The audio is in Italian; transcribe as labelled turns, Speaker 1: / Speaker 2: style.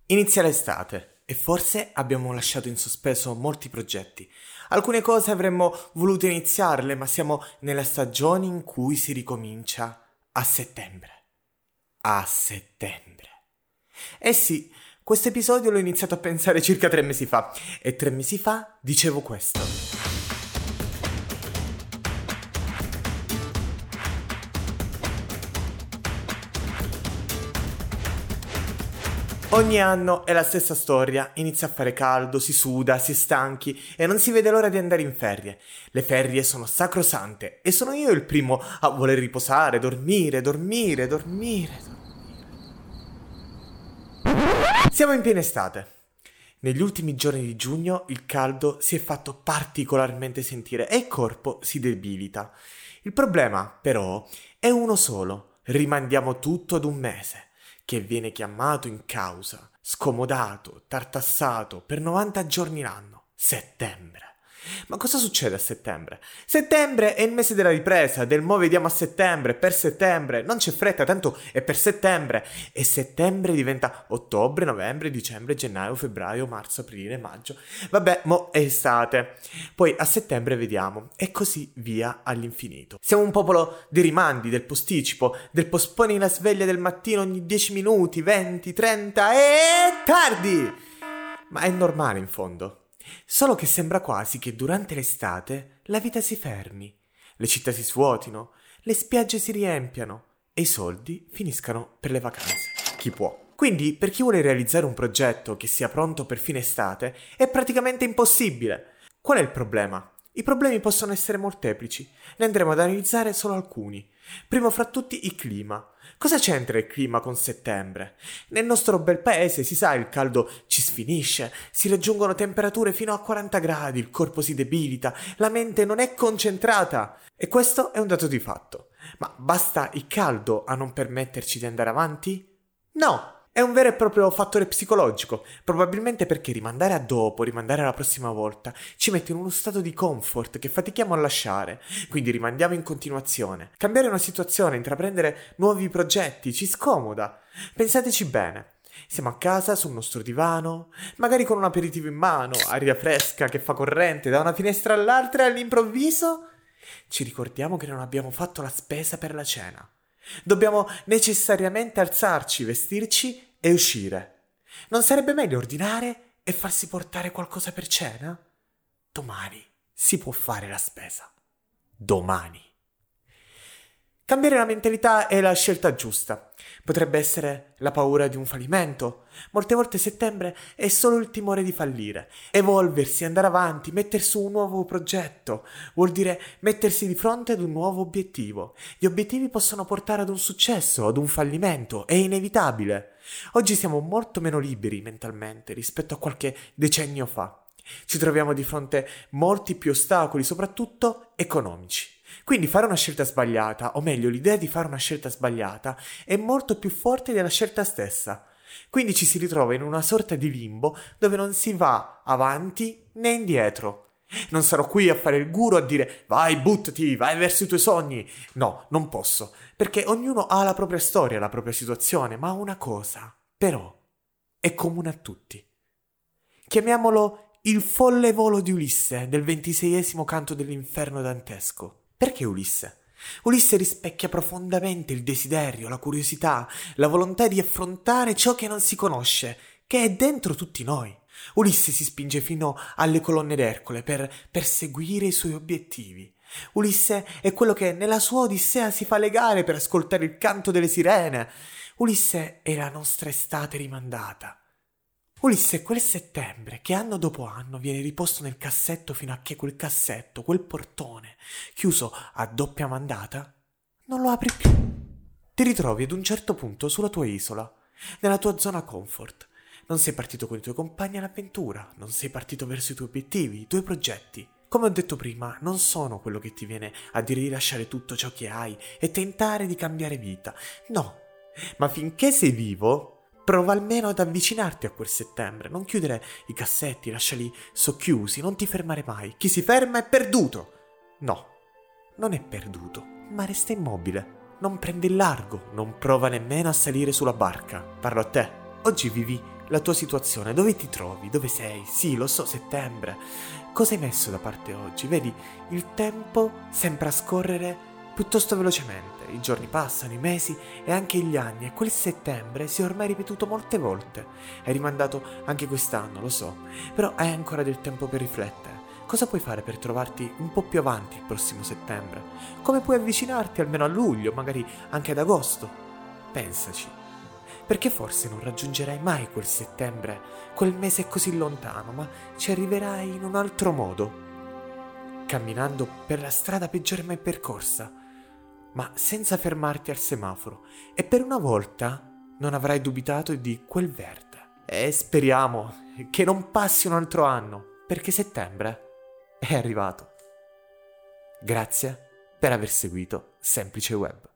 Speaker 1: Inizia l'estate e forse abbiamo lasciato in sospeso molti progetti. Alcune cose avremmo voluto iniziarle, ma siamo nella stagione in cui si ricomincia a settembre. A settembre. Eh sì, questo episodio l'ho iniziato a pensare circa 3 mesi fa e 3 mesi fa dicevo questo. Ogni anno è la stessa storia, inizia a fare caldo, si suda, si è stanchi e non si vede l'ora di andare in ferie. Le ferie sono sacrosante e sono io il primo a voler riposare, dormire. Siamo in piena estate. Negli ultimi giorni di giugno il caldo si è fatto particolarmente sentire e il corpo si debilita. Il problema, però, è uno solo. Rimandiamo tutto ad un mese, che viene chiamato in causa, scomodato, tartassato per 90 giorni l'anno. Settembre. Ma cosa succede a settembre? Settembre è il mese della ripresa, del mo' vediamo a settembre, per settembre, non c'è fretta, tanto è per settembre. E settembre diventa ottobre, novembre, dicembre, gennaio, febbraio, marzo, aprile, maggio. Vabbè, mo' è estate. Poi a settembre vediamo, e così via all'infinito. Siamo un popolo dei rimandi, del posticipo, del posponi la sveglia del mattino ogni 10 minuti, 20, 30 e tardi! Ma è normale in fondo. Solo che sembra quasi che durante l'estate la vita si fermi, le città si svuotino, le spiagge si riempiano e i soldi finiscano per le vacanze. Chi può. Quindi, per chi vuole realizzare un progetto che sia pronto per fine estate, è praticamente impossibile. Qual è il problema? I problemi possono essere molteplici, ne andremo ad analizzare solo alcuni. Primo fra tutti il clima. Cosa c'entra il clima con settembre? Nel nostro bel paese, si sa, il caldo ci sfinisce, si raggiungono temperature fino a 40 gradi, il corpo si debilita, la mente non è concentrata. E questo è un dato di fatto. Ma basta il caldo a non permetterci di andare avanti? No! È un vero e proprio fattore psicologico, probabilmente perché rimandare a dopo, rimandare alla prossima volta, ci mette in uno stato di comfort che fatichiamo a lasciare, quindi rimandiamo in continuazione. Cambiare una situazione, intraprendere nuovi progetti, ci scomoda. Pensateci bene. Siamo a casa sul nostro divano, magari con un aperitivo in mano, aria fresca che fa corrente da una finestra all'altra e all'improvviso ci ricordiamo che non abbiamo fatto la spesa per la cena. Dobbiamo necessariamente alzarci, vestirci e uscire. Non sarebbe meglio ordinare e farsi portare qualcosa per cena? Domani si può fare la spesa. Domani. Cambiare la mentalità è la scelta giusta. Potrebbe essere la paura di un fallimento. Molte volte settembre è solo il timore di fallire. Evolversi, andare avanti, mettersi su un nuovo progetto. Vuol dire mettersi di fronte ad un nuovo obiettivo. Gli obiettivi possono portare ad un successo, ad un fallimento. È inevitabile. Oggi siamo molto meno liberi mentalmente rispetto a qualche decennio fa. Ci troviamo di fronte a molti più ostacoli, soprattutto economici. Quindi fare una scelta sbagliata, o meglio l'idea di fare una scelta sbagliata, è molto più forte della scelta stessa. Quindi ci si ritrova in una sorta di limbo dove non si va avanti né indietro. Non sarò qui a fare il guru a dire vai, buttati, vai verso i tuoi sogni. No, non posso, perché ognuno ha la propria storia, la propria situazione, ma una cosa, però, è comune a tutti. Chiamiamolo il folle volo di Ulisse del 26esimo canto dell'inferno dantesco. Perché Ulisse? Ulisse rispecchia profondamente il desiderio, la curiosità, la volontà di affrontare ciò che non si conosce, che è dentro tutti noi. Ulisse si spinge fino alle colonne d'Ercole per perseguire i suoi obiettivi. Ulisse è quello che nella sua Odissea si fa legare per ascoltare il canto delle sirene. Ulisse è la nostra estate rimandata. Ulisse è quel settembre che anno dopo anno viene riposto nel cassetto fino a che quel cassetto, quel portone, chiuso a doppia mandata, non lo apri più. Ti ritrovi ad un certo punto sulla tua isola, nella tua zona comfort. Non sei partito con i tuoi compagni all'avventura, non sei partito verso i tuoi obiettivi, i tuoi progetti. Come ho detto prima, non sono quello che ti viene a dire di lasciare tutto ciò che hai e tentare di cambiare vita. No, ma finché sei vivo, prova almeno ad avvicinarti a quel settembre, non chiudere i cassetti, lasciali socchiusi, non ti fermare mai. Chi si ferma è perduto. No, non è perduto, ma resta immobile. Non prende il largo, non prova nemmeno a salire sulla barca. Parlo a te. Oggi vivi la tua situazione, dove ti trovi, dove sei. Sì, lo so, settembre. Cosa hai messo da parte oggi? Vedi, il tempo sembra scorrere piuttosto velocemente. I giorni passano, i mesi e anche gli anni, e quel settembre si è ormai ripetuto molte volte. Hai rimandato anche quest'anno, lo so, però hai ancora del tempo per riflettere. Cosa puoi fare per trovarti un po' più avanti il prossimo settembre? Come puoi avvicinarti almeno a luglio, magari anche ad agosto? Pensaci, perché forse non raggiungerai mai quel settembre, quel mese così lontano, ma ci arriverai in un altro modo, camminando per la strada peggiore mai percorsa, ma senza fermarti al semaforo, e per una volta non avrai dubitato di quel verde. E speriamo che non passi un altro anno, perché settembre è arrivato. Grazie per aver seguito Semplice Web.